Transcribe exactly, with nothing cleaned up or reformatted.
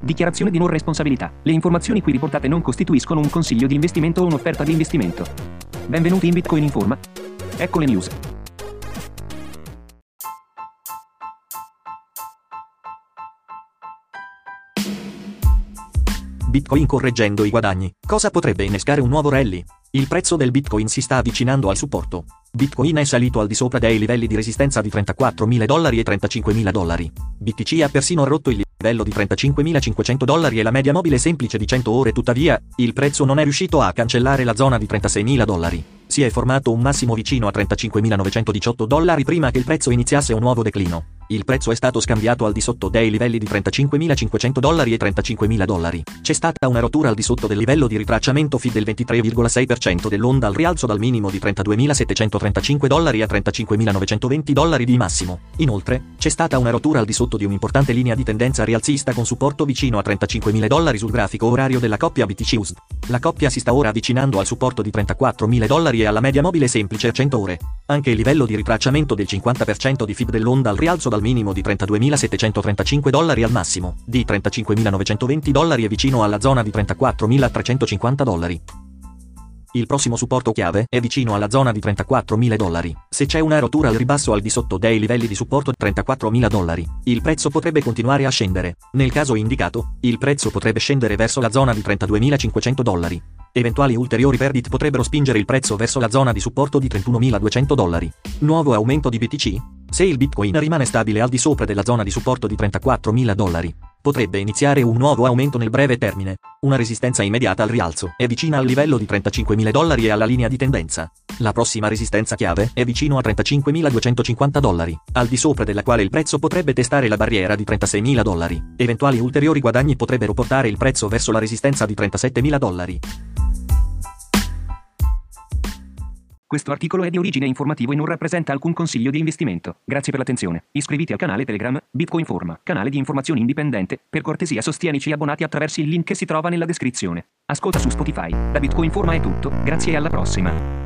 Dichiarazione di non responsabilità. Le informazioni qui riportate non costituiscono un consiglio di investimento o un'offerta di investimento. Benvenuti in Bitcoin Informa. Ecco le news. Bitcoin correggendo i guadagni. Cosa potrebbe innescare un nuovo rally? Il prezzo del Bitcoin si sta avvicinando al supporto. Bitcoin è salito al di sopra dei livelli di resistenza di trentaquattromila dollari e trentacinquemila dollari. B T C ha persino rotto il livello di trentacinquemilacinquecento dollari e la media mobile semplice di cento ore, tuttavia, il prezzo non è riuscito a cancellare la zona di trentaseimila dollari. Si è formato un massimo vicino a trentacinquemilanovecentodiciotto dollari prima che il prezzo iniziasse un nuovo declino. Il prezzo è stato scambiato al di sotto dei livelli di trentacinquemilacinquecento dollari e trentacinquemila dollari. C'è stata una rottura al di sotto del livello di ritracciamento F I B del ventitré virgola sei per cento dell'onda al rialzo dal minimo di trentaduemilasettecentotrentacinque dollari a trentacinquemilanovecentoventi dollari di massimo. Inoltre, c'è stata una rottura al di sotto di un'importante linea di tendenza rialzista con supporto vicino a trentacinquemila dollari sul grafico orario della coppia B T C U S D. La coppia si sta ora avvicinando al supporto di trentaquattromila dollari e alla media mobile semplice a cento ore. Anche il livello di ritracciamento del cinquanta per cento di F I B dell'onda al rialzo dal minimo di trentaduemilasettecentotrentacinque dollari al massimo di trentacinquemilanovecentoventi dollari e vicino alla zona di trentaquattromilатреcentocinquanta dollari. Il prossimo supporto chiave è vicino alla zona di trentaquattromila dollari. Se c'è una rottura al ribasso al di sotto dei livelli di supporto trentaquattromila dollari, il prezzo potrebbe continuare a scendere. Nel caso indicato, il prezzo potrebbe scendere verso la zona di trentaduemilacinquecento dollari. Eventuali ulteriori perdite potrebbero spingere il prezzo verso la zona di supporto di trentunomiladuecento dollari. Nuovo aumento di B T C? Se il Bitcoin rimane stabile al di sopra della zona di supporto di trentaquattromila dollari, potrebbe iniziare un nuovo aumento nel breve termine. Una resistenza immediata al rialzo è vicina al livello di trentacinquemila dollari e alla linea di tendenza. La prossima resistenza chiave è vicino a trentacinquemiladuecentocinquanta dollari, al di sopra della quale il prezzo potrebbe testare la barriera di trentaseimila dollari. Eventuali ulteriori guadagni potrebbero portare il prezzo verso la resistenza di trentasettemila dollari. Questo articolo è di origine informativo e non rappresenta alcun consiglio di investimento. Grazie per l'attenzione. Iscriviti al canale Telegram Bitcoin Informa, canale di informazioni indipendente. Per cortesia sostienici abbonati attraverso il link che si trova nella descrizione. Ascolta su Spotify. Da Bitcoin Informa è tutto, grazie e alla prossima.